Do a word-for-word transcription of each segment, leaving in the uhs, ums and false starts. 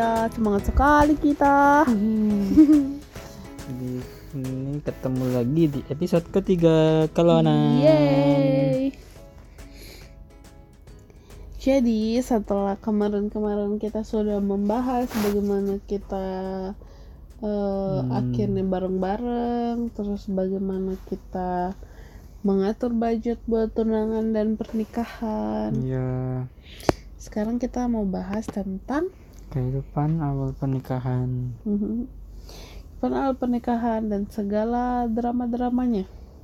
semangat sekali kita. Di ini ketemu lagi di episode ketiga Kalonan. Yeay. Jadi setelah kemarin-kemarin kita sudah membahas bagaimana kita uh, Hmm. akhirnya bareng-bareng, terus bagaimana kita mengatur budget buat tunangan dan pernikahan. Ya, Sekarang kita mau bahas tentang kehidupan awal pernikahan. mhm, kehidupan awal pernikahan dan segala drama-dramanya.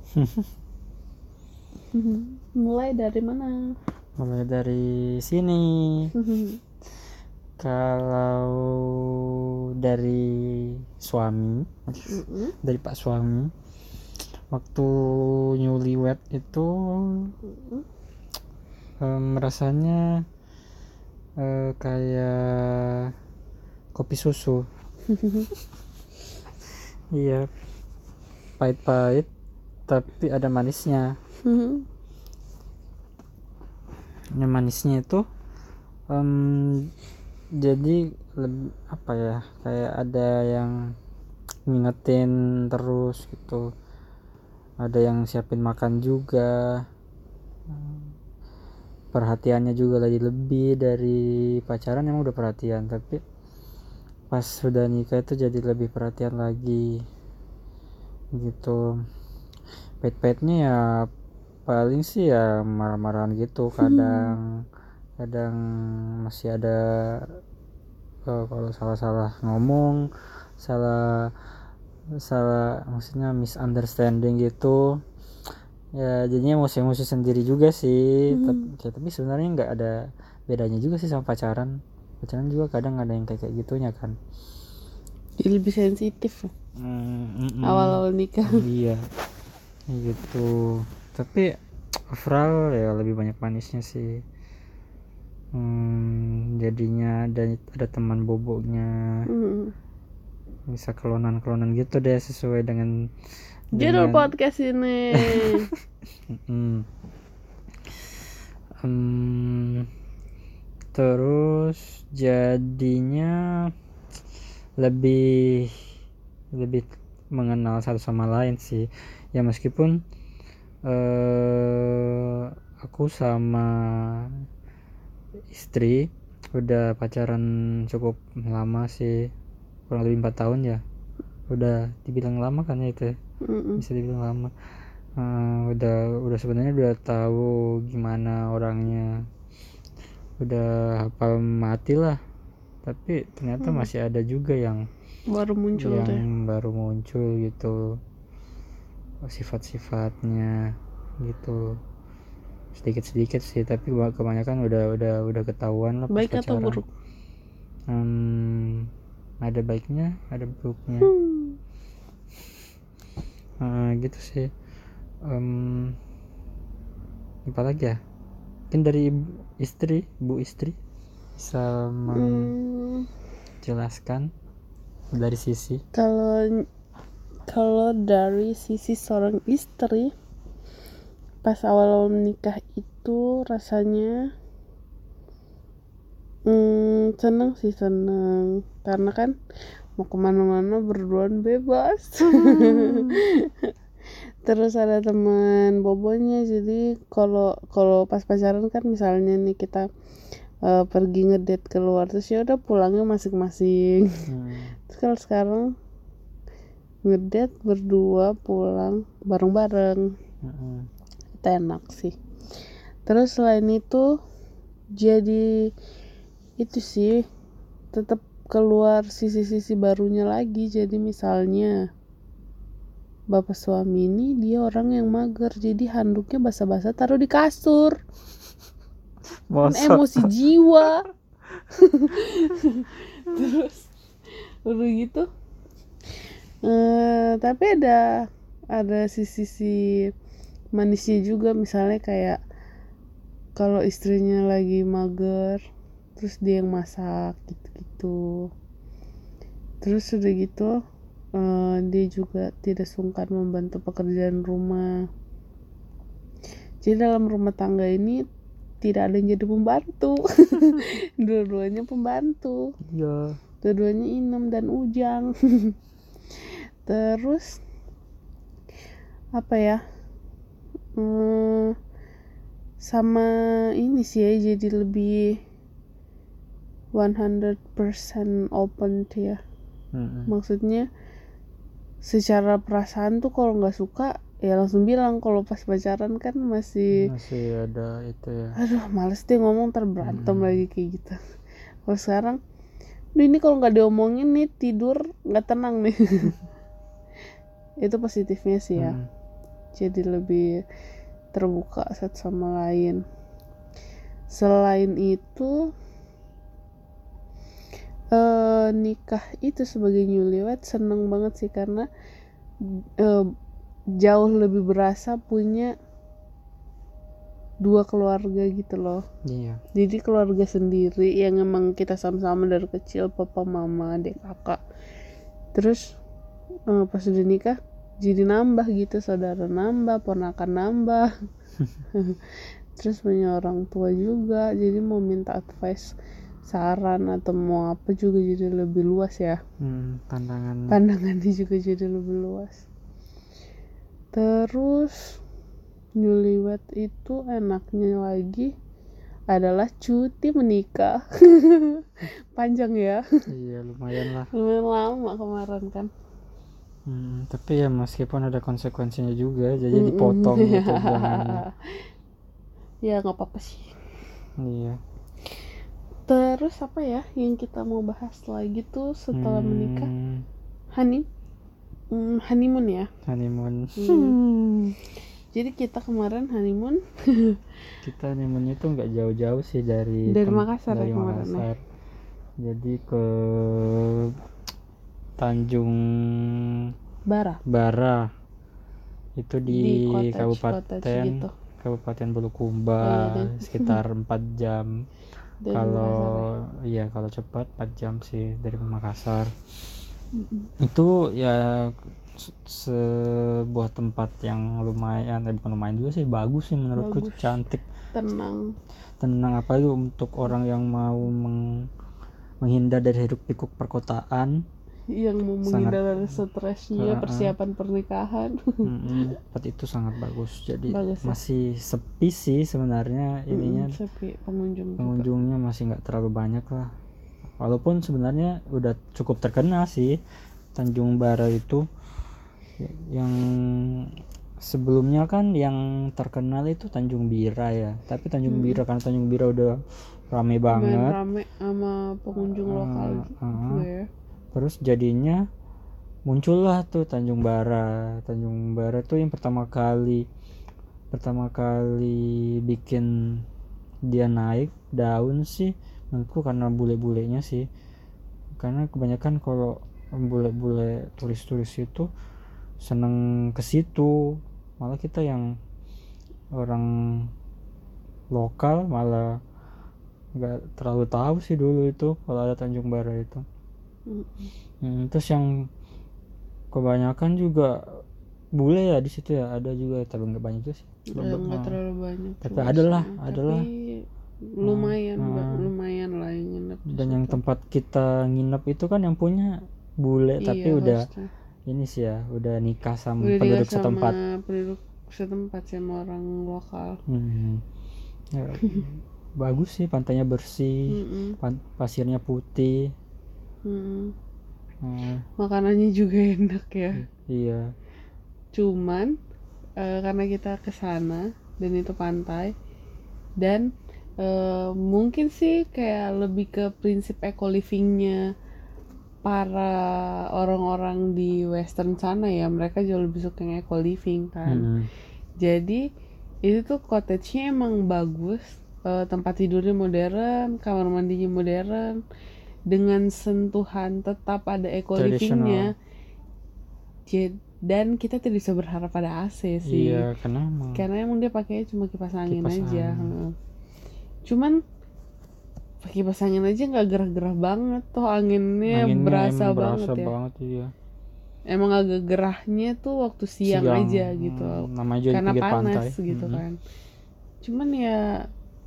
Mhm. Mulai dari mana? Mulai dari sini. Mhm. Kalau dari suami, Mhm. dari Pak suami, waktu newlywed itu Mhm. em, rasanya eh, kayak kopi susu. Iya, pahit-pahit tapi ada manisnya. Mhm. Yang manisnya itu em, jadi lebih apa ya, kayak ada yang ngingetin terus gitu, ada yang siapin makan juga, perhatiannya juga lagi lebih dari pacaran. Emang udah perhatian, tapi pas sudah nikah itu jadi lebih perhatian lagi gitu. Pet-petnya ya paling sih ya marah-marahan gitu, kadang kadang masih ada eh, kalau salah-salah ngomong, salah salah maksudnya misunderstanding gitu ya, jadinya emosi-emosi sendiri juga sih. Hmm. tapi, ya, tapi sebenarnya nggak ada bedanya juga sih sama pacaran. Pacaran juga kadang ada yang kayak kayak gitunya kan. Jadi lebih sensitif Mm, mm-mm. awal-awal nikah. Iya gitu, tapi overall ya lebih banyak manisnya sih. Hmm, jadinya ada ada teman bobonya, Mhm. bisa kelonan-kelonan gitu deh sesuai dengan Judul dengan podcast ini. Mm-mm. Hmm, terus jadinya lebih lebih mengenal satu sama lain sih ya, meskipun eh, aku sama istri udah pacaran cukup lama sih, kurang lebih empat tahun ya. Udah dibilang lama kan ya itu, Mhm. bisa dibilang lama. Eh, udah udah sebenarnya udah tahu gimana orangnya, udah hafal mati lah, tapi ternyata Hmm. masih ada juga yang Baru muncul yang deh. baru muncul gitu sifat-sifatnya gitu, sedikit-sedikit sih, tapi kebanyakan udah udah udah ketahuan lah pas Baik atau pacaran. buruk? Hmm, ada baiknya ada buruknya. Hmm. Eh, gitu sih. um, apa lagi ya, mungkin dari ibu istri bu istri bisa Hmm. menjelaskan dari sisi Kalau kalau dari sisi seorang istri, pas awal-awal menikah itu rasanya hmm, seneng sih, seneng karena kan mau kemana-mana berduaan bebas. Terus ada teman bobonya, jadi kalau kalau pas pacaran kan misalnya nih kita uh, pergi ngedate keluar, terus ya udah pulangnya masing-masing. hmm. Terus kalau sekarang ngedate berdua pulang bareng-bareng, Mm-mm. itu enak sih. Terus selain itu jadi itu sih tetap keluar sisi-sisi barunya lagi. Jadi misalnya bapak suami ini dia orang yang mager, jadi handuknya basah-basah taruh di kasur. Kan Masa? emosi jiwa. Terus udah gitu eh, tapi ada ada sisi-sisi manisnya juga, misalnya kayak kalau istrinya lagi mager terus dia yang masak gitu-gitu. Terus udah gitu uh, dia juga tidak sungkan membantu pekerjaan rumah. Jadi dalam rumah tangga ini tidak ada yang jadi pembantu. Dua-duanya pembantu. Iya, dua-duanya Inem dan Ujang. Terus apa ya, hmm, sama ini sih ya, jadi lebih one hundred percent open tuh ya. Mm-mm. Maksudnya secara perasaan tuh kalau nggak suka ya langsung bilang. Kalau pas pacaran kan masih masih ada itu ya, aduh males deh ngomong, ntar berantem Hmm. lagi kayak gitu. Kalau sekarang duh, ini kalau nggak diomongin nih tidur nggak tenang nih. Itu positifnya sih ya. Mm. Jadi lebih terbuka satu sama lain. Selain itu eh, nikah itu sebagai newlywed seneng banget sih, karena eh, jauh lebih berasa punya dua keluarga gitu loh. Iya. Jadi keluarga sendiri yang emang kita sama-sama dari kecil, papa mama adik kakak. Terus eh, pas udah nikah jadi nambah gitu, saudara nambah, ponakan nambah. Terus punya orang tua juga, jadi mau minta advice, saran atau mau apa juga jadi lebih luas ya. Hmm, pandangan Pandangannya juga jadi lebih luas. Terus newlywed itu enaknya lagi adalah cuti menikah. Panjang ya, iya lumayan lah. lumayan lama kemarin kan. Hmm, tapi ya meskipun ada konsekuensinya juga, jadi Mm-mm. dipotong gitu bulanannya. Ya nggak apa-apa sih. Iya. Terus apa ya yang kita mau bahas lagi tuh setelah Hmm, menikah? Honey, hmm, honeymoon ya. honeymoon. Hmm. Jadi kita kemarin honeymoon Kita honeymoonnya tuh nggak jauh-jauh sih dari dari tem- Makassar dari ya kemarin ya. Makassar. Jadi ke Tanjung Bara Bara, itu di, di cottage, Kabupaten cottage gitu. Kabupaten Bulukumba. Oh, iya, deh. Sekitar empat jam. Dari Kalau Makassar iya kalau cepat empat jam sih dari Makassar. Mm-mm. Itu ya se- sebuah tempat yang lumayan, eh bukan lumayan juga sih, bagus sih menurutku. Bagus. Cantik, Tenang. tenang, apalagi untuk orang yang mau meng- menghindar dari hiruk pikuk perkotaan. Yang mau Sangat- menghindar dari stresnya Uh-uh. persiapan pernikahan. Mm-mm, tempat itu sangat bagus. Jadi Bagus ya. masih sepi sih sebenarnya ininya. Mm-mm, sepi pengunjung juga. Pengunjungnya masih nggak terlalu banyak lah. Walaupun sebenarnya udah cukup terkenal sih Tanjung Bara itu. Yang sebelumnya kan yang terkenal itu Tanjung Bira ya. Tapi Tanjung Hmm. Bira karena Tanjung Bira udah rame Main banget. rame sama pengunjung lokal Uh, gitu uh. ya. Terus jadinya muncullah tuh Tanjung Bara. Tanjung Bara tuh yang pertama kali pertama kali bikin dia naik daun sih menurutku karena bule-bulenya sih. Karena kebanyakan kalau bule-bule turis-turis itu seneng ke situ. Malah kita yang orang lokal malah nggak terlalu tahu sih dulu itu kalau ada Tanjung Bara itu. Mm-mm. Hmm, terus yang kebanyakan juga bule ya di situ ya, ada juga tapi nggak banyak juga sih. Eh, nggak terlalu banyak. Tapi turisnya, adalah, tapi adalah. lumayan, Hmm, Mbak, hmm. lumayan lah yang nginep di Dan yang situ. tempat kita nginep itu kan yang punya bule, Iya, tapi udah hostnya. ini sih ya, udah nikah sama Udah penduduk nikah sama setempat. penduduk setempat sama orang lokal. Hmm. Ya, bagus sih, pantainya bersih, Mm-mm. pan- pasirnya putih. Mm-mm. Hmm, Makanannya juga enak ya. iya. Cuman eh, karena kita ke sana dan itu pantai dan eh, mungkin sih kayak lebih ke prinsip eco livingnya para orang-orang di western sana ya, mereka jauh lebih suka yang eco living kan. Hmm. Jadi itu tuh cottage-nya emang bagus, eh, tempat tidurnya modern, kamar mandinya modern, dengan sentuhan tetap ada eco livingnya. Jad- dan kita tidak bisa berharap pada A C sih. Iya, karena emang Karena emang dia pakainya cuma kipas angin Kipas aja. angin. Heeh. Cuman pakai kipas angin aja nggak gerah-gerah banget, toh anginnya, anginnya berasa emang banget berasa ya. banget iya. Emang agak gerahnya tuh waktu siang, Siang, aja gitu, hmm, namanya juga di karena pinggir panas pantai. gitu Mm-mm. kan. Cuman ya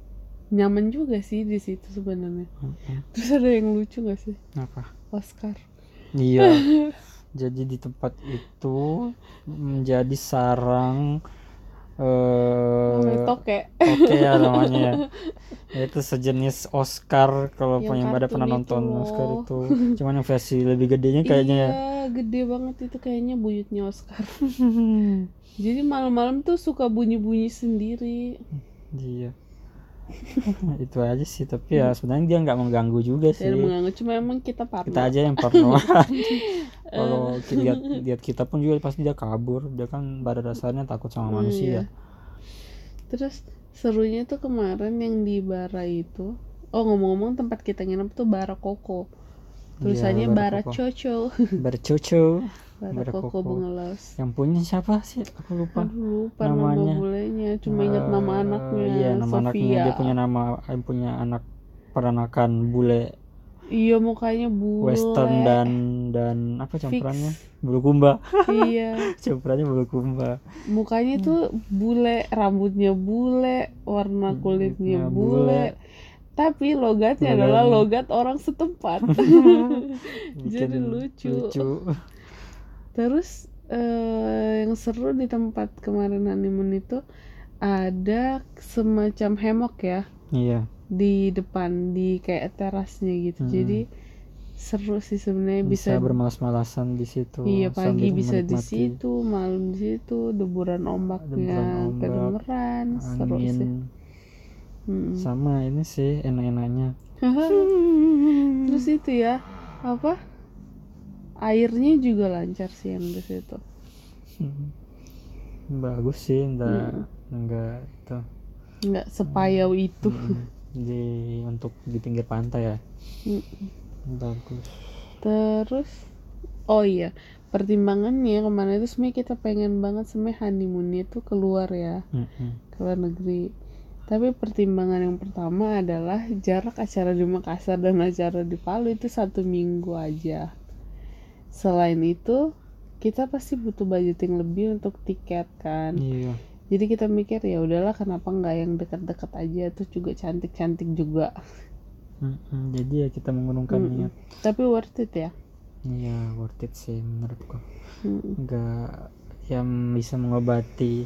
nyaman juga sih di situ sebenarnya. Mm-mm. Terus ada yang lucu gak sih? Apa? Oscar. Iya. Jadi di tempat itu menjadi sarang Namanya eh toke. oke ya namanya ya. Ya, itu sejenis Oscar kalau Yang yang pada kartun pernah itu nonton Oscar loh. itu. Cuman yang versi lebih gedenya kayaknya ya. Iya, gede banget itu kayaknya buyutnya Oscar. Jadi malam-malam tuh suka bunyi-bunyi sendiri. Iya. Itu aja sih, tapi ya sebenarnya dia nggak mengganggu juga sih. Saya menganggap cuma emang kita parno. Kita aja yang parnoan. Kalau ki- lihat lihat kita pun juga pasti dia kabur. Dia kan pada dasarnya takut sama manusia. Iya. Terus serunya tuh kemarin yang di Bara itu. Oh, ngomong-ngomong tempat kita nginep tuh Bara Koko. Tulisannya Iya, Bara Bara Koko. Coco. Bercucu. Bara Bara Koko Koko. Bungalos. Yang punya siapa sih? Aku lupa. Aduh, lupa nama Namanya. bulenya, cuma ingat nama Eh, anaknya. Iya, nama Sofia. anaknya dia punya nama eh, punya anak peranakan bule Iya, mukanya bule. western dan dan apa campurannya? Bulukumba. Iya, Campurannya Bulukumba. mukanya tuh bule, rambutnya bule, warna kulitnya Kulitnya bule. Tapi logatnya Logatnya. adalah logat orang setempat. Bikin Jadi lucu. lucu. Terus eh, yang seru di tempat kemarin honeymoon itu ada semacam hemok ya Iya. di depan, di kayak terasnya gitu. Mm-mm. Jadi seru sih sebenarnya, Bisa, bisa, bermalas-malasan di situ. iya pagi sambil bisa di menikmati situ, malam di situ, deburan ombaknya deburan ombak, kedengeran, seru sih. angin. Mm-mm. Sama ini sih enak-enaknya. Terus itu ya apa? Airnya juga lancar sih yang di situ. Bagus sih, enggak Mm. enggak itu. Nggak sepayau itu. Mm, di untuk di pinggir pantai ya. Mm. Bagus. Terus oh iya, pertimbangannya kemarin itu sebenarnya kita pengen banget sebenarnya honeymoonnya itu keluar ya, Mm-mm. keluar negeri. Tapi pertimbangan yang pertama adalah jarak acara di Makassar dan acara di Palu itu satu minggu aja. Selain itu kita pasti butuh budgeting lebih untuk tiket kan. Iya. Jadi kita mikir ya udahlah, kenapa nggak yang dekat-dekat aja, tuh juga cantik-cantik juga. Mm-mm. Jadi ya kita mengurungkan Mm-mm. niat. Tapi worth it ya. Iya, worth it sih menurutku. Mm-mm. Enggak yang bisa mengobati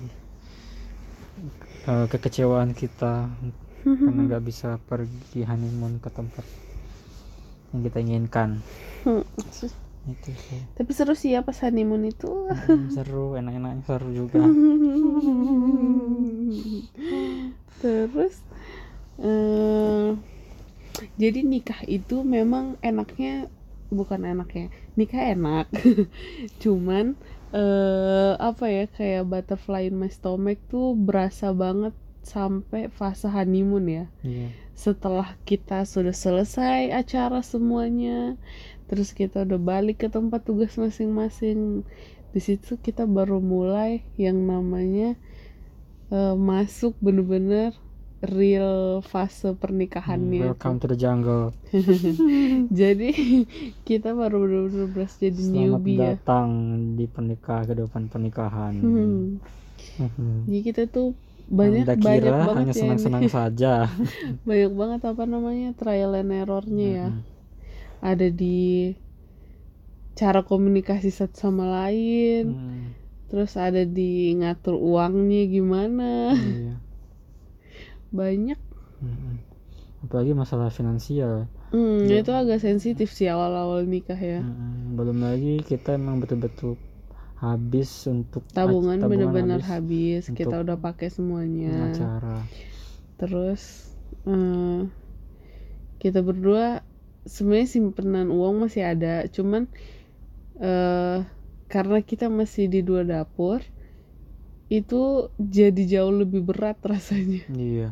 uh, kekecewaan kita karena nggak bisa pergi honeymoon ke tempat yang kita inginkan. Itu sih. Tapi seru sih ya pas honeymoon itu. Mm, seru, enak-enaknya seru juga. Terus eh, jadi nikah itu memang enaknya, bukan enaknya, nikah enak. Cuman eh, apa ya, kayak butterfly in my stomach tuh berasa banget sampai fase honeymoon ya. Iya. Setelah kita sudah selesai acara semuanya, terus kita udah balik ke tempat tugas masing-masing, di situ kita baru mulai yang namanya uh, masuk bener-bener real fase pernikahannya. Welcome to the jungle. Jadi kita baru bener-bener berasa jadi Selamat newbie ya. datang di pernikahan, kehidupan pernikahan. Hmm. Mhm. Jadi kita tuh banyak Anda banyak kira banget hanya ya senang-senang ini. saja. Banyak banget apa namanya trial and errornya ya. Mhm. Ada di cara komunikasi satu sama lain, Hmm. terus ada di ngatur uangnya gimana. Iya. Banyak. Mhm. Apalagi masalah finansial. Hmm, Iya. itu agak sensitif sih awal-awal nikah ya. Mhm. Belum lagi kita emang betul-betul habis untuk Tabungan tabungan bener-bener habis habis, kita untuk udah pakai semuanya. acara. Terus eh, kita berdua sebenarnya simpenan uang masih ada, cuman eh, karena kita masih di dua dapur, itu jadi jauh lebih berat rasanya. Iya.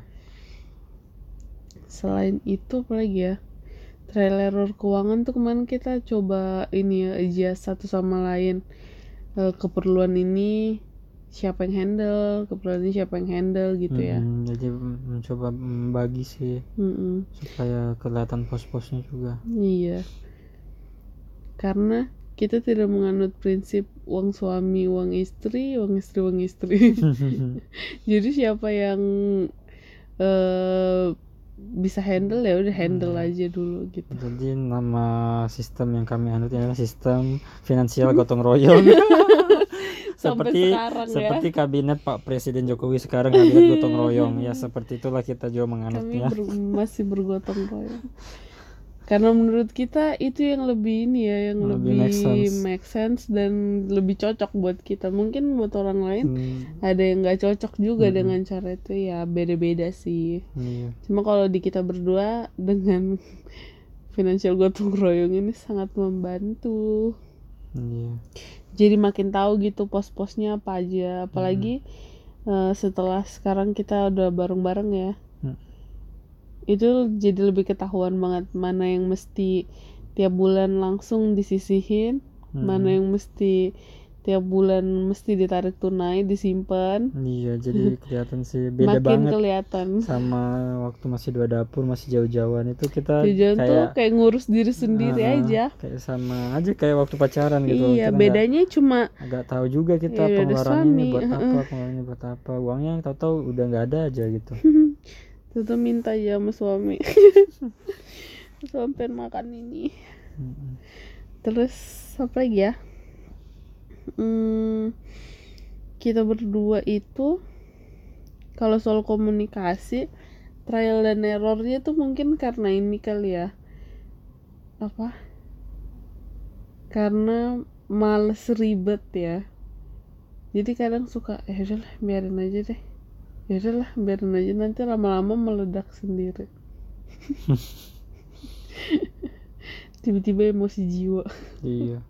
Selain itu apalagi ya, trial error keuangan tuh kemarin kita coba ini ya, adjust satu sama lain. Eh, keperluan ini siapa yang handle, keperluan ini siapa yang handle gitu ya. Mhm. Jadi mencoba membagi sih Mm-mm. supaya kelihatan pos-posnya juga. Iya, karena kita tidak menganut prinsip uang suami uang istri, uang istri uang istri. Jadi siapa yang eh, bisa handle ya udah handle Hmm. aja dulu gitu. Jadi nama sistem yang kami anut adalah sistem finansial gotong royong. Sampai seperti sekarang ya. seperti kabinet Pak Presiden Jokowi sekarang, kabinet gotong royong. Ya seperti itulah kita juga Kami menganutnya. ber- masih bergotong royong. Karena menurut kita itu yang lebih ini ya, yang Lebih lebih, make sense. make sense dan lebih cocok buat kita. Mungkin buat orang lain Hmm, ada yang nggak cocok juga Mm-mm. dengan cara itu, ya beda-beda sih. iya. Cuma kalau di kita berdua dengan financial gotong royong ini sangat membantu. Iya. Jadi makin tahu gitu pos-posnya apa aja. Apalagi eh, setelah sekarang kita udah bareng-bareng ya. Hmm. Itu jadi lebih ketahuan banget mana yang mesti tiap bulan langsung disisihin, Hmm. mana yang mesti tiap bulan mesti ditarik tunai, disimpan. Iya, jadi kelihatan sih beda Makin banget kelihatan. sama waktu masih dua dapur, masih jauh-jauhan itu kita Tujuan tuh kayak kayak ngurus diri sendiri uh, aja. kayak sama aja kayak waktu pacaran gitu. Iya, Kita nggak bedanya cuma nggak tahu juga kita Iya, ada pengeluarannya ini suami, buat uh-uh. apa, pengeluarannya buat apa, uangnya tahu-tahu udah nggak ada aja gitu. Tuh minta aja sama suami. Suami pengen makan ini. Mm-mm. Terus apa lagi ya? Hmm, kita berdua itu kalau soal komunikasi, trial dan errornya tuh mungkin karena ini kali ya. Apa? Karena males ribet ya. Jadi kadang suka eh udahlah biarin aja deh. Ya udahlah biarin aja, nanti lama-lama meledak sendiri. Tiba-tiba emosi jiwa. Iya.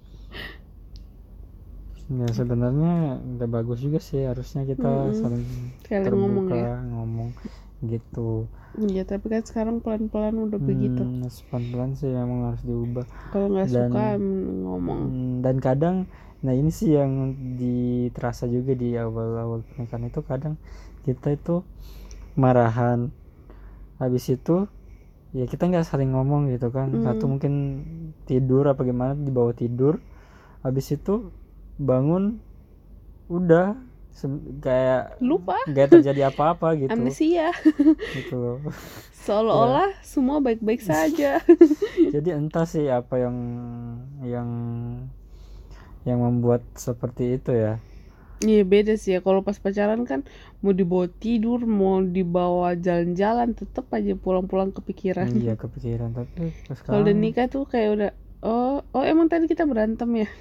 Ya sebenarnya nggak bagus juga sih, harusnya kita Mm-mm. saling Sekali terbuka ngomong ya. ngomong gitu. Iya, tapi kan sekarang pelan-pelan udah begitu. Hmm, pelan-pelan sih emang harus diubah. Kalau nggak Dan- suka mm, ngomong. Hmm, dan kadang, nah ini sih yang diterasa juga di awal-awal pernikahan itu, kadang kita itu marahan, habis itu ya kita nggak saling ngomong gitu kan. Hmm. Atau mungkin tidur apa gimana, di bawah tidur, habis itu bangun udah se- kayak Lupa, nggak terjadi apa-apa gitu. amnesia. Gitu loh. Seolah-olah semua baik-baik saja. Jadi entah sih apa yang yang yang membuat seperti itu ya. Iya, beda sih ya. Kalau pas pacaran kan mau dibawa tidur, mau dibawa jalan-jalan, tetap aja pulang-pulang kepikiran. Iya, kepikiran. Tapi pas Kalau udah sekarang nikah tuh kayak udah, oh, oh emang tadi kita berantem ya.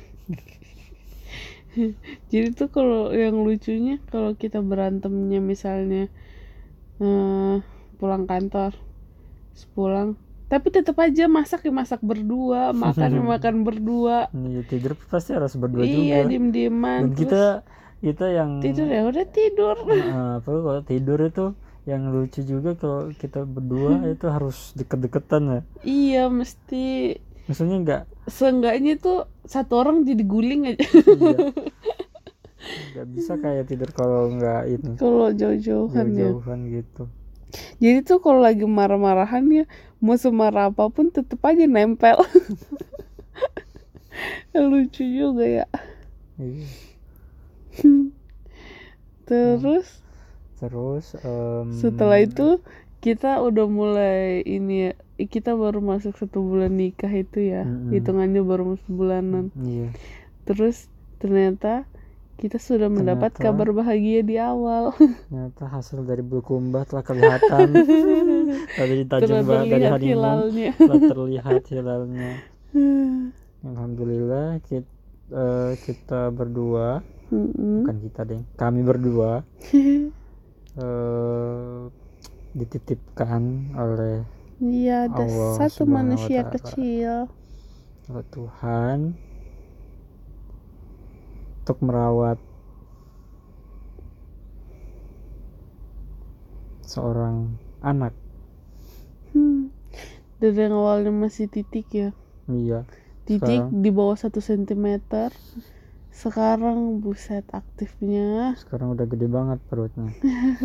Jadi tuh kalau yang lucunya kalau kita berantemnya misalnya eh, pulang kantor, terus pulang, tapi tetap aja masak ya masak berdua, makan ya makan berdua. iya, tidur pasti harus berdua Iya, juga. diem-dieman. Dan Terus kita kita yang tidur ya udah tidur. eh, apa kalau tidur itu yang lucu juga, kalau kita berdua itu harus deket-deketan ya. Iya, mesti Maksudnya nggak seenggaknya tuh satu orang jadi guling aja. iya, nggak bisa kayak tidur kalau nggak ini Kalau jauh-jauhan ya. jauh-jauhan gitu. Jadi tuh kalau lagi marah-marahan ya, mau semarah apapun tetep aja nempel. Lucu juga ya. Iya. Terus Terus em, setelah itu kita udah mulai ini ya, kita baru masuk satu bulan nikah itu ya, Mm-mm. hitungannya baru masuk bulanan. iya, Terus ternyata kita sudah mendapat Ternyata- kabar bahagia di awal. ternyata hasil dari bulukumba telah kelihatan. Dari Telah Tanjung Ba- dari terlihat honeymoon hilalnya. telah terlihat hilalnya. Alhamdulillah kita, kita berdua, Mm-mm. bukan kita deh, kami berdua eh, dititipkan oleh Iya, ada Allah satu Subhanahu wa manusia Ta'ala. kecil. oleh Tuhan untuk merawat seorang anak. Hmm. Dari yang awalnya masih titik ya, Iya, titik Sekarang- di bawah satu sentimeter. Sekarang buset aktifnya. sekarang udah gede banget perutnya.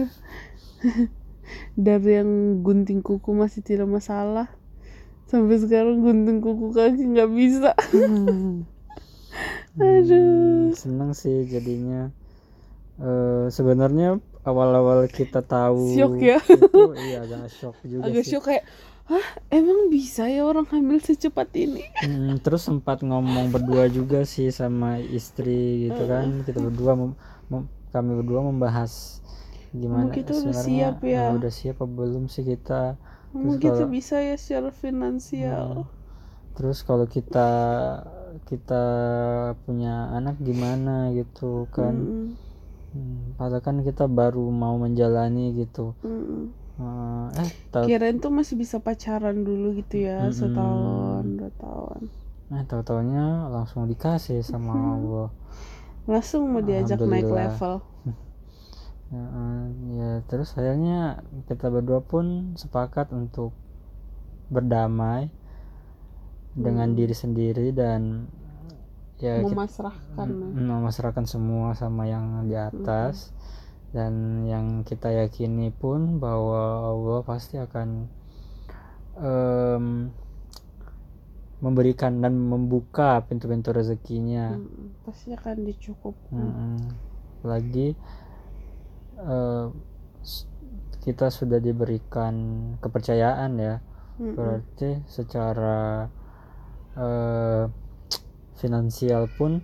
Dari yang gunting kuku masih tidak masalah, sampai sekarang gunting kuku kaki nggak bisa. Aduh. Hmm, seneng sih jadinya. Eh, sebenarnya awal-awal kita tahu Syok ya. itu iya agak shock juga Agak sih. syok kayak, hah emang bisa ya orang hamil secepat ini? Hmm, terus sempat ngomong berdua juga sih sama istri gitu kan, kita berdua mem- mem- kami berdua membahas Emang gimana kita udah sebenarnya siap ya? ah, udah siap apa belum sih kita. Emang Terus kita kalau bisa ya secara finansial? terus kalau kita kita punya anak gimana gitu kan. Mm-mm. Hmm, padahal kan kita baru mau menjalani gitu. Mm-mm. Uh, eh tahu Kirain tuh masih bisa pacaran dulu gitu ya, Mm-mm. setahun, dua tahun. eh tahu-taunya langsung dikasih sama Allah. Langsung mau diajak naik Alhamdulillah. level. Ya, eh, ya terus akhirnya kita berdua pun sepakat untuk berdamai dengan diri sendiri dan ya kita Memasrahkan. memasrahkan semua sama yang di atas. Dan yang kita yakini pun bahwa Allah pasti akan um, memberikan dan membuka pintu-pintu rezekinya. Mm-mm. Pasti akan dicukupkan. Mm-mm. Apalagi uh, kita sudah diberikan kepercayaan ya. Mm-mm. Berarti secara uh, finansial pun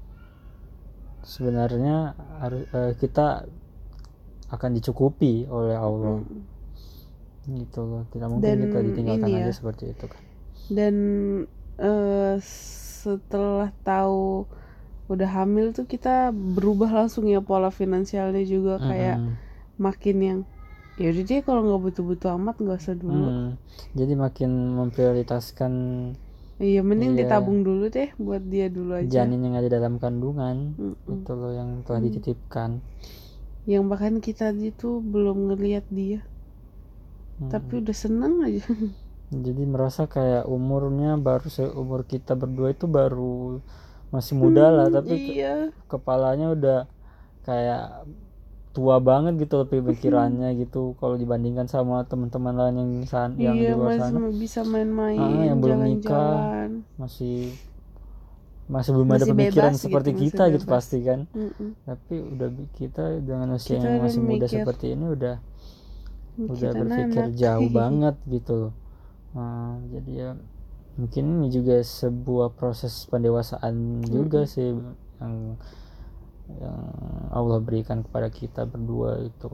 sebenarnya harus uh, kita akan dicukupi oleh Allah. Mm. Gitu loh, tidak mungkin Dan kita ditinggalkan ini aja ya, seperti itu kan. dan uh, setelah tahu udah hamil tuh kita berubah langsung ya pola finansialnya juga. Mm-mm. Kayak makin yang ya udah deh kalau nggak butuh-butuh amat nggak usah dulu. Mm. Jadi makin memprioritaskan Iya mending iya, ditabung dulu deh buat dia dulu aja. janin yang ada dalam kandungan. Mm-mm. Itu loh yang telah Mm. dititipkan. Yang bahkan kita itu belum ngelihat dia, Hmm. tapi udah seneng aja. Jadi merasa kayak umurnya baru seumur kita berdua itu baru masih muda lah, tapi ke- Iya. kepalanya udah kayak tua banget gitu lebih pikirannya gitu kalau dibandingkan sama teman-teman lain yang san yang di Iya luar masih sana. bisa main-main, Ah, yang belum nikah jalan-jalan. masih masih belum ada Masih pemikiran bebas seperti gitu, masih kita gitu bebas. pasti kan. Mm-mm. Tapi udah bi- kita dengan usia Kita yang udah masih muda mikir. seperti ini udah udah Mikirin berpikir anak. jauh banget gitu loh. Nah, jadi ya mungkin ini juga sebuah proses pendewasaan juga sih yang yang Allah berikan kepada kita berdua itu.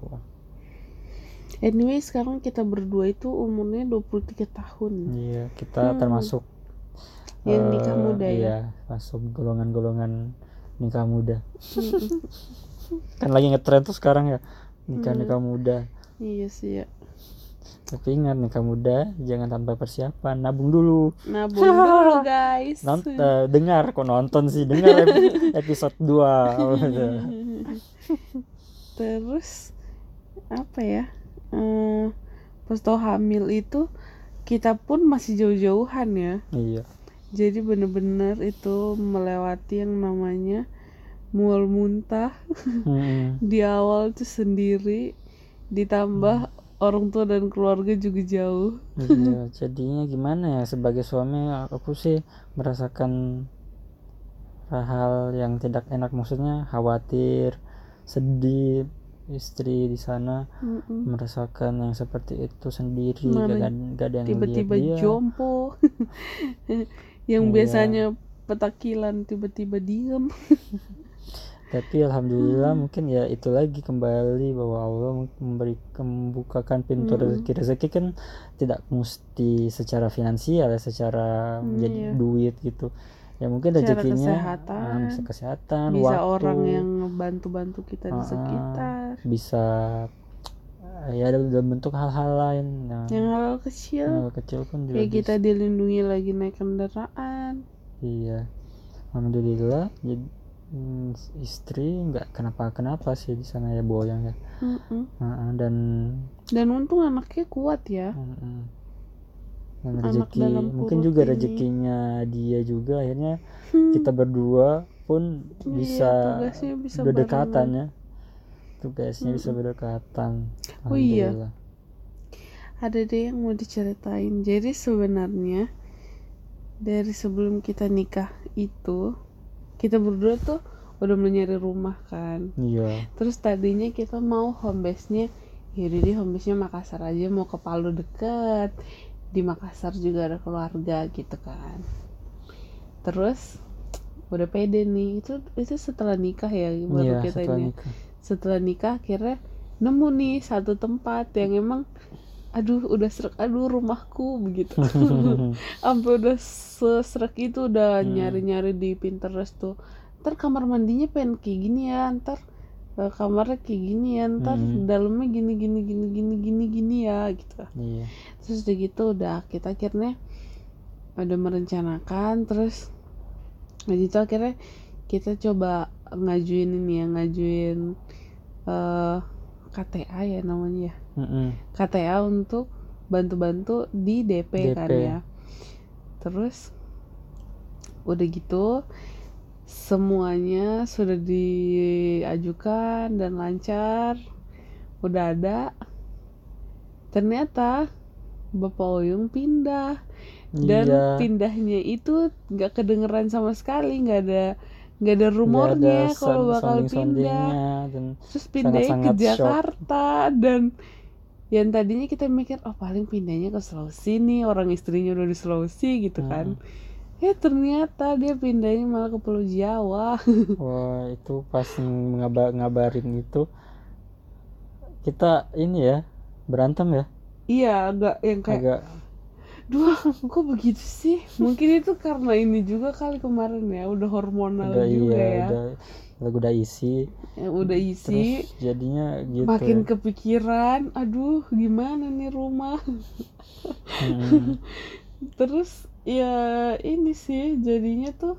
Anyway sekarang kita berdua itu umurnya dua puluh tiga tahun. Iya, kita Hmm. termasuk Yang eh, nikah muda ya. iya, masuk golongan-golongan nikah muda. Kan lagi ngetren tuh sekarang ya nikah nikah muda. Iya sih ya. Tapi ingat nikah muda jangan tanpa persiapan, nabung dulu. Nabung dulu guys. Nont- eh, dengar kok nonton sih, dengar ep- episode dua. Terus apa ya? Eh, pas tau hamil itu kita pun masih jauh-jauhan ya. Iya. Jadi bener-bener itu melewati yang namanya mual muntah Mm-mm. di awal tuh sendiri, ditambah orang tua dan keluarga juga jauh. Iya, jadinya gimana ya, sebagai suami aku sih merasakan hal yang tidak enak, maksudnya khawatir, sedih, istri di sana Mm-mm. merasakan yang seperti itu sendiri, Mana gak, gak ada yang tiba-tiba ngeliat dia. jompo yang Iya. biasanya petakilan tiba-tiba diem. Tapi alhamdulillah mungkin ya itu lagi kembali bahwa Allah memberi membukakan pintu rezeki. Rezeki kan tidak mesti secara finansial ya, secara Hmm, jadi iya. duit gitu. Ya mungkin Secara rezekinya kesehatan, ah, bisa kesehatan, bisa waktu, orang yang ngebantu-bantu kita di ah, sekitar, bisa ah, ya dalam bentuk hal-hal lain. Nah, yang hal kecil hal kecil pun juga kayak bisa. kita dilindungi lagi naik kendaraan. Iya, alhamdulillah. Jadi hmm, istri nggak kenapa-kenapa sih di sana ya, boyang ya. Mm-mm. Ah, ah, dan Dan untung anaknya kuat ya. Mm-mm. dan Anak rezeki dalam mungkin perut juga ini. rezekinya dia juga akhirnya Hmm. kita berdua pun Iya, bisa tugasnya bisa berdekatan barengan. ya, tugasnya bisa berdekatan. Oh iya. Alhamdulillah. Ada deh yang mau diceritain. Jadi sebenarnya dari sebelum kita nikah itu kita berdua tuh udah mau nyari rumah kan. Iya. Terus tadinya kita mau home base-nya, yaudah deh home base-nya Makassar aja, mau ke Palu deket, di Makassar juga ada keluarga gitu kan. Terus udah pede nih, itu itu setelah nikah ya baru Iya, kita setelah ini. nikah. Setelah nikah akhirnya nemu nih satu tempat yang emang aduh udah serak, aduh rumahku begitu. Sampai udah seserak itu udah Hmm. nyari-nyari di Pinterest tuh. Ntar kamar mandinya pengen kayak gini ya, ntar eh, kamarnya kayak gini ya, ntar Hmm. dalamnya gini gini gini gini gini gini ya gitu. Iya. Terus udah gitu udah kita akhirnya udah merencanakan, terus nah gitu akhirnya kita coba ngajuin ini ya, ngajuin eh, K T A ya namanya ya, Mm-mm. K T A untuk bantu-bantu di D P, D P. kan ya. Terus udah gitu semuanya sudah diajukan dan lancar, udah ada. Ternyata Bapak Oyung pindah, dan Iya. pindahnya itu nggak kedengeran sama sekali, nggak ada nggak ada Nggak rumornya ada kalau sound- bakal sounding-soundingnya, pindah. dan Terus pindahnya ke sangat-sangat shock. Jakarta, dan yang tadinya kita mikir oh paling pindahnya ke Sulawesi nih, orang istrinya udah di Sulawesi gitu kan. Hmm. Ya ternyata dia pindahnya malah ke Pulau Jawa. Wah, itu pas ngaba- ngabarin itu kita ini ya berantem ya, Iya, agak yang kayak agak duh kok begitu sih. Mungkin itu karena ini juga kali kemarin ya, udah hormonal udah juga iya ya, udah lagu udah isi, yang udah isi. terus jadinya gitu Makin ya. kepikiran, aduh gimana nih rumah. Hmm. Terus ya ini sih jadinya tuh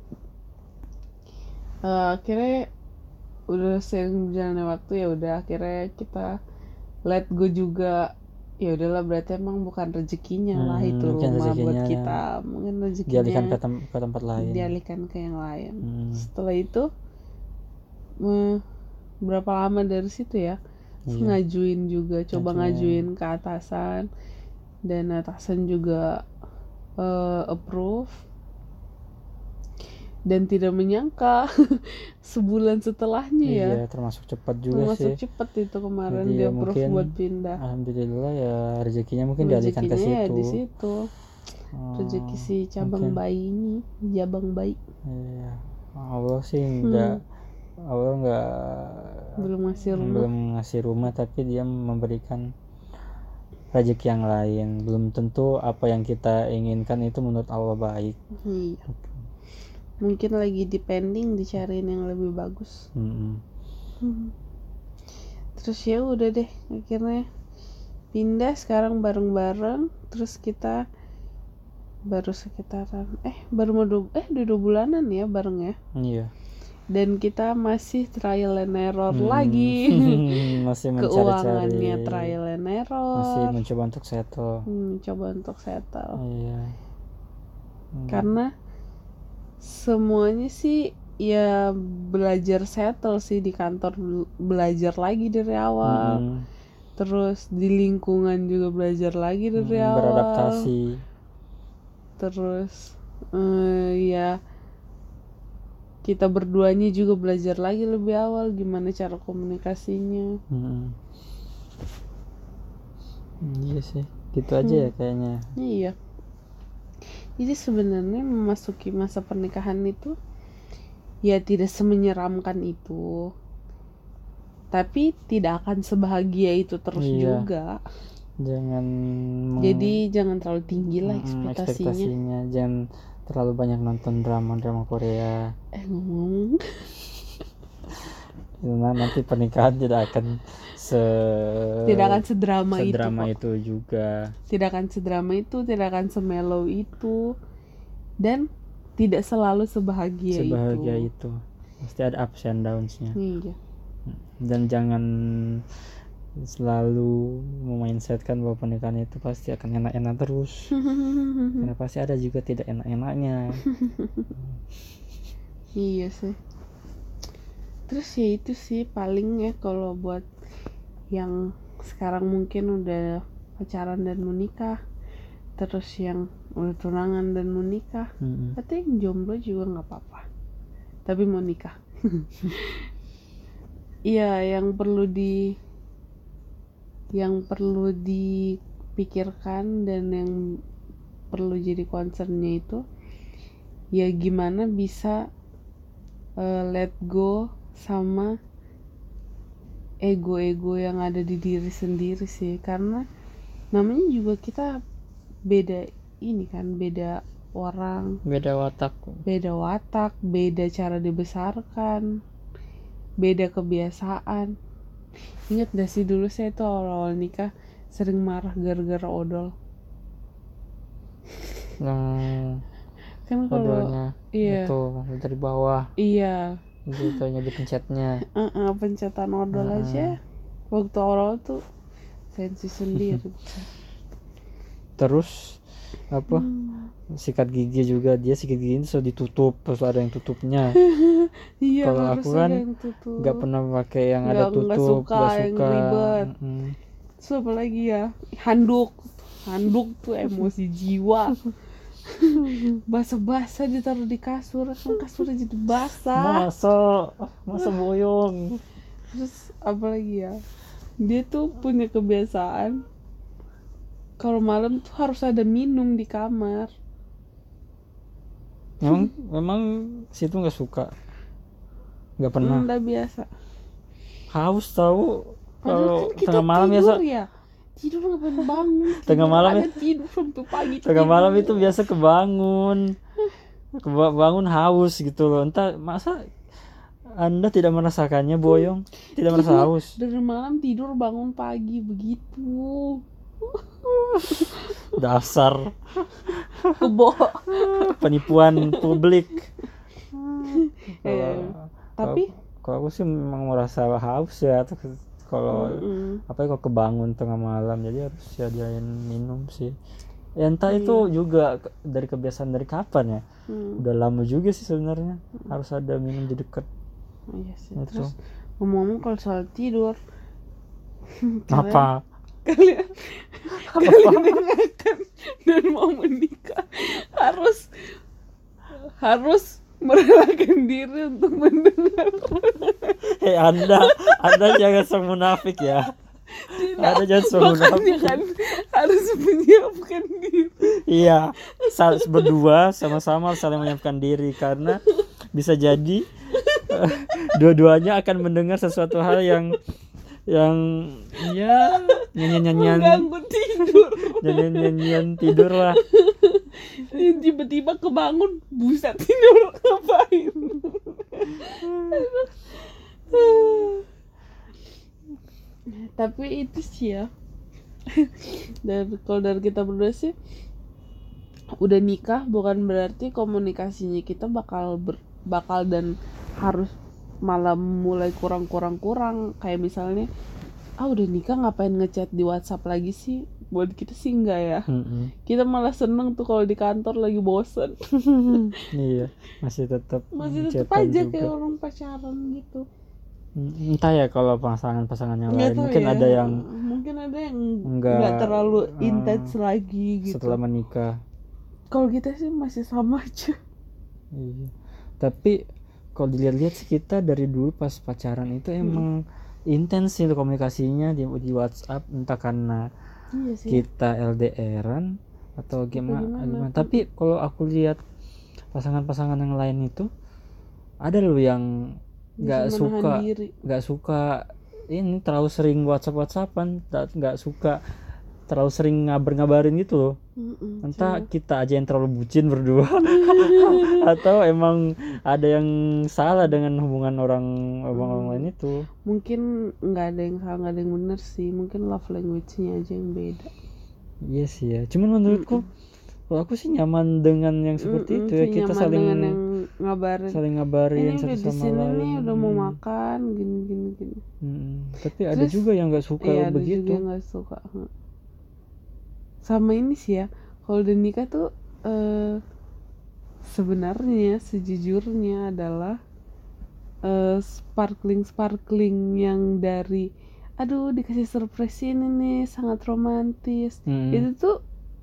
uh, akhirnya udah sering berjalannya waktu, ya udah akhirnya kita let go juga. Ya udahlah berarti emang bukan rezekinya lah Hmm, itu mungkin rumah buat rezekinya kita, mungkin rezekinya dialihkan ke, tem- ke tempat lain. dialihkan ke yang lain. Hmm. Setelah itu eh, berapa lama dari situ ya, terus Iya. ngajuin juga, coba Ngajuin. ngajuin ke atasan, dan atasan juga uh, approve. Dan tidak menyangka sebulan setelahnya ya, Iya, termasuk cepat juga termasuk sih. cepet itu kemarin Jadi dia ya approve mungkin buat pindah. alhamdulillah ya rezekinya mungkin dialihkan ke Rezekinya ya situ. di situ. Oh, Rezeki si cabang mungkin. bayi ini, jabang bayi. Iya. Allah sih enggak, Allah enggak Belum ngasih rumah. belum ngasih rumah, tapi dia memberikan rezeki yang lain. Belum tentu apa yang kita inginkan itu menurut Allah baik. Iya. Mungkin lagi dipending dicariin yang lebih bagus. Mm-mm. Hmm. Terus ya udah deh akhirnya pindah sekarang bareng-bareng. Terus kita baru sekitaran eh baru mau dua, eh udah dua bulanan ya bareng ya. Iya. Dan kita masih trial and error Hmm. lagi. Masih mencari-cari. Keuangannya trial and error. Masih mencoba untuk settle. Hmm, coba untuk settle. Iya. Hmm. Karena semuanya sih ya belajar settle sih di kantor, belajar lagi dari awal. Mm-mm. Terus di lingkungan juga belajar lagi dari Mm, awal. beradaptasi. Terus eh, ya kita berduanya juga belajar lagi lebih awal gimana cara komunikasinya. Mm-mm. Iya sih, gitu aja Hmm. ya kayaknya. Iya. Jadi sebenarnya memasuki masa pernikahan itu ya tidak semenyeramkan itu, tapi tidak akan sebahagia itu terus Iya. juga. Jangan meng- Jadi jangan terlalu tinggi lah Mm-mm, ekspektasinya. ekspektasinya. Jangan terlalu banyak nonton drama-drama Korea. Eh ngomong Karena nanti pernikahan tidak akan se tidak akan sedrama itu sedrama kok. itu juga. Tidak akan sedrama itu, tidak akan semellow itu, dan tidak selalu sebahagia, Sebahagia itu. itu. Pasti ada ups and downs-nya. Iya. Dan jangan selalu memindsetkan bahwa pernikahan itu pasti akan enak-enak terus. Karena pasti ada juga tidak enak-enaknya. Iya sih. Terus ya itu sih paling ya kalau buat yang sekarang mungkin udah pacaran dan menikah, terus yang udah tunangan dan menikah, Mm-mm. atau yang jomblo juga nggak apa-apa, tapi mau nikah. Iya, yang perlu di yang perlu dipikirkan dan yang perlu jadi concernnya itu ya gimana bisa uh, let go sama ego-ego yang ada di diri sendiri sih, karena namanya juga kita beda ini kan, beda orang, beda watak beda watak, beda cara dibesarkan, beda kebiasaan. Ingat gak sih dulu saya tuh awal-awal nikah sering marah gara-gara odol. yang Kan kalau odolnya iya itu dari bawah, iya gitu nya dipencetnya. uh-uh, pencetan odol Uh-uh. aja waktu awal tuh sensi sendiri. Terus apa hmm. sikat gigi juga, dia sikat gigi itu sudah ditutup, terus ada yang tutupnya. Iya, kalau aku kan nggak pernah pakai yang Nggak- ada nggak tutup, suka nggak yang suka, ribet. Mm-mm. Terus apa lagi ya, handuk handuk tuh emosi jiwa. Basah-basah ditaruh di kasur, kan kasurnya jadi basah. masa masa boyong. Terus apa lagi ya, dia tuh punya kebiasaan kalau malam tuh harus ada minum di kamar. memang memang situ nggak suka, nggak pernah. Udah biasa. Haus tahu kalau Padahal kan kita tengah malam tidur biasa ya. Tidur ngapain bangun? Tengah Tidur malam ada ya? tidur sampai pagi. tengah tidur. malam itu biasa kebangun kebangun haus gitu loh. Entah masa Anda tidak merasakannya, boyong? Tidak merasa Tidur haus? dari malam, tidur bangun pagi begitu. Dasar Kebo. penipuan publik. Eh, tapi kalau aku sih memang merasa haus ya, kalau mm-mm. apa ya, kalau kebangun tengah malam jadi harus sediain minum sih. Ya entah Iya. itu juga ke- dari kebiasaan dari kapan ya. Hmm. Udah lama juga sih sebenarnya harus ada minum di dekat. Oh, iya sih. Itu. Terus ngomong-ngomong kalau soal tidur, Apa? kalian kalian yang akan dan mau menikah harus harus merelakan diri untuk mendengar. Hei Anda, Anda jangan sok munafik ya. Anda jangan sok Makanya munafik. kan harus menyiapkan diri. Iya, sa- berdua sama-sama saling menyiapkan diri karena bisa jadi eh, dua-duanya akan mendengar sesuatu hal yang yang ya nyanyian-nyanyian Mengganggu tidur. nyanyian-nyanyian tidur lah. Tiba-tiba kebangun, buset tidur ngapain? Tapi itu sih ya. Dan kalau dari kita berdua sih udah nikah bukan berarti komunikasinya kita bakal ber, bakal dan harus malah mulai kurang-kurang-kurang. Kayak misalnya, ah udah nikah ngapain ngechat di WhatsApp lagi sih? Buat kita sih enggak ya. Mm-mm. Kita malah seneng tuh kalau di kantor lagi bosen. Iya, masih tetap Masih tetep chatan aja juga. kayak orang pacaran gitu. Entah ya kalau pasangan-pasangan yang Nggak lain tahu mungkin ya. ada yang mungkin ada yang Nggak, nggak terlalu uh, intens lagi gitu. setelah menikah. Kalau kita sih masih sama aja. Iya. Tapi kalau dilihat-lihat sih kita dari dulu pas pacaran itu emang intens sih komunikasinya di, di WhatsApp, entah karena Iya sih. kita L D R-an atau gimana, gimana? gimana. Tapi kalau aku lihat pasangan-pasangan yang lain itu ada loh yang nggak Bisa menahan suka diri. nggak suka ini terlalu sering WhatsApp WhatsAppan, nggak suka terlalu sering ngabar-ngabarin gitu loh. Mm-mm, Entah cuma- kita aja yang terlalu bucin berdua atau emang ada yang salah dengan hubungan orang orang, orang lain itu. mungkin nggak ada yang salah, nggak ada yang benar sih. Mungkin love language-nya aja yang beda. Iya sih ya, cuman menurutku kalau aku sih nyaman dengan yang seperti Mm-mm, itu ya, sih, kita nyaman saling dengan yang ngabarin. saling Ini ngabarin udah satu di sama sini lain. nih, udah mau Hmm. makan, gini gini gini. Hmm. Tapi ada Terus, juga yang nggak suka Iya, ada begitu. juga yang nggak suka. Hmm. Sama ini sih ya, kalau udah nikah tuh eh, sebenarnya sejujurnya adalah eh, sparkling sparkling yang dari aduh dikasih surprise ini nih sangat romantis. Hmm. Itu tuh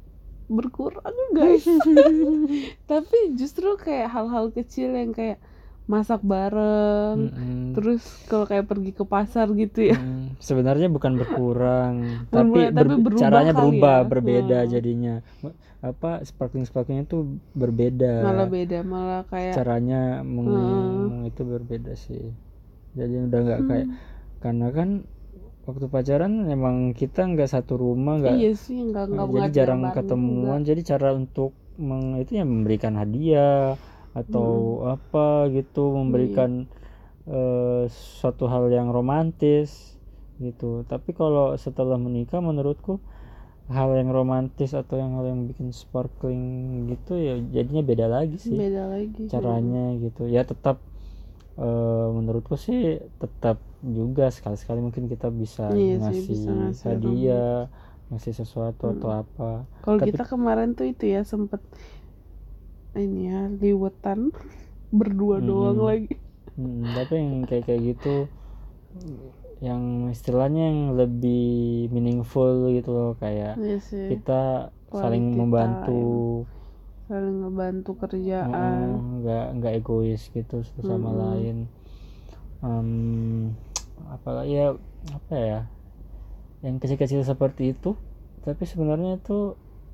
berkurang guys. Tapi justru kayak hal-hal kecil yang kayak masak bareng. Mm-mm. Terus kalau kayak pergi ke pasar gitu ya. Hmm, sebenarnya bukan berkurang, Bukan tapi, berkurang, tapi ber- berubah caranya kali berubah, ya. berbeda Hmm. jadinya. Apa sparkling sparklingnya tuh berbeda. Malah beda, malah kayak Caranya meng Hmm. itu berbeda sih. Jadi udah nggak kayak hmm, karena kan waktu pacaran emang kita nggak satu rumah, nggak iya sih nggak nggak jadi nggak jarang bareng ketemuan. juga. Jadi cara untuk meng, itu ya memberikan hadiah atau apa gitu, memberikan eh, suatu hal yang romantis gitu. Tapi kalau setelah menikah menurutku hal yang romantis atau yang hal yang bikin sparkling gitu ya jadinya beda lagi sih Beda lagi. caranya gitu. Ya tetap eh, menurutku sih tetap juga sekali-sekali mungkin kita bisa Iya sih, ngasih bisa ngasih hadiah, ngasih sesuatu Hmm. atau apa. Kalau Tapi kita kemarin tuh itu ya sempet ini ya liwetan berdua Mm-mm. doang lagi. Mm, tapi yang kayak kayak gitu yang istilahnya yang lebih meaningful gitu loh, kayak Iya sih. kita saling Quality membantu, Saling ngebantu kerjaan. Heeh, nggak nggak egois gitu satu sama Mm-mm. lain. um, apalagi ya apa ya yang kecil-kecil seperti itu, tapi sebenarnya itu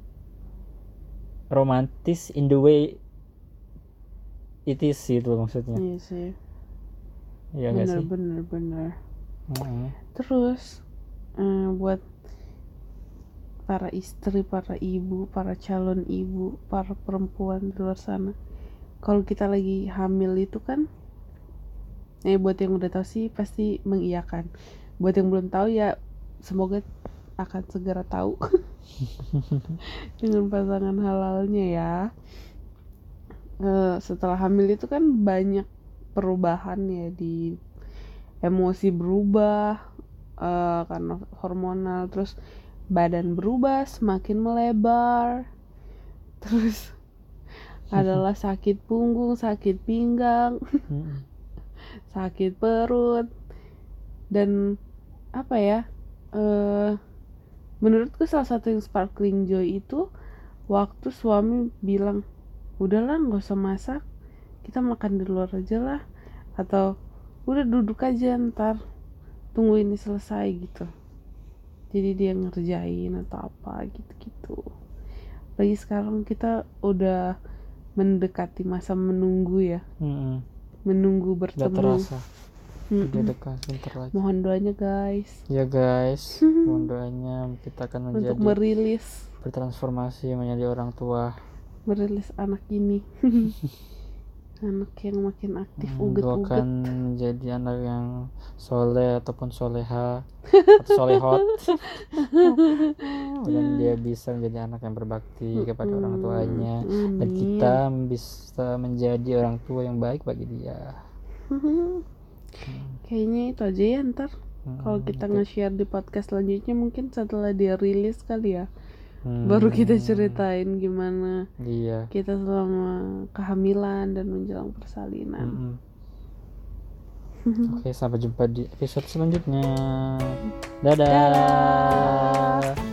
romantis in the way it is gitu loh maksudnya. Iya sih. Iya nggak Bener sih? bener bener. Heeh. Terus eh, buat para istri, para ibu, para calon ibu, para perempuan di luar sana, kalau kita lagi hamil itu kan, eh buat yang udah tahu sih pasti mengiyakan. Buat yang belum tahu ya semoga akan segera tahu dengan pasangan halalnya ya. Eh, setelah hamil itu kan banyak perubahan ya, di emosi berubah eh, karena hormonal, terus badan berubah semakin melebar, terus adalah sakit punggung, sakit pinggang, Mm-mm. sakit perut, dan apa ya, eh, menurutku salah satu yang sparkling joy itu waktu suami bilang udahlah nggak usah masak, kita makan di luar aja lah, atau udah duduk aja ntar tunggu ini selesai gitu, jadi dia ngerjain atau apa gitu-gitu. Lagi sekarang kita udah mendekati masa menunggu ya, Mm-mm. menunggu Nggak bertemu. terasa Mm-mm. udah dekat bentar lagi. Mohon doanya guys Ya guys, mohon doanya kita akan untuk menjadi merilis bertransformasi menjadi orang tua. merilis anak ini. Anak yang makin aktif, Hmm, uget-uget. doakan menjadi anak yang soleh ataupun soleha atau solehot. Dan dia bisa menjadi anak yang berbakti kepada orang tuanya, dan Amin. kita bisa menjadi orang tua yang baik bagi dia. Kayaknya itu aja ya ntar. Hmm, Kalau kita itu. nge-share di podcast selanjutnya mungkin setelah dia rilis kali ya, Hmm, baru kita ceritain gimana iya. kita selama kehamilan dan menjelang persalinan. Mm-mm. Oke, sampai jumpa di episode selanjutnya. Dadah. Dadah.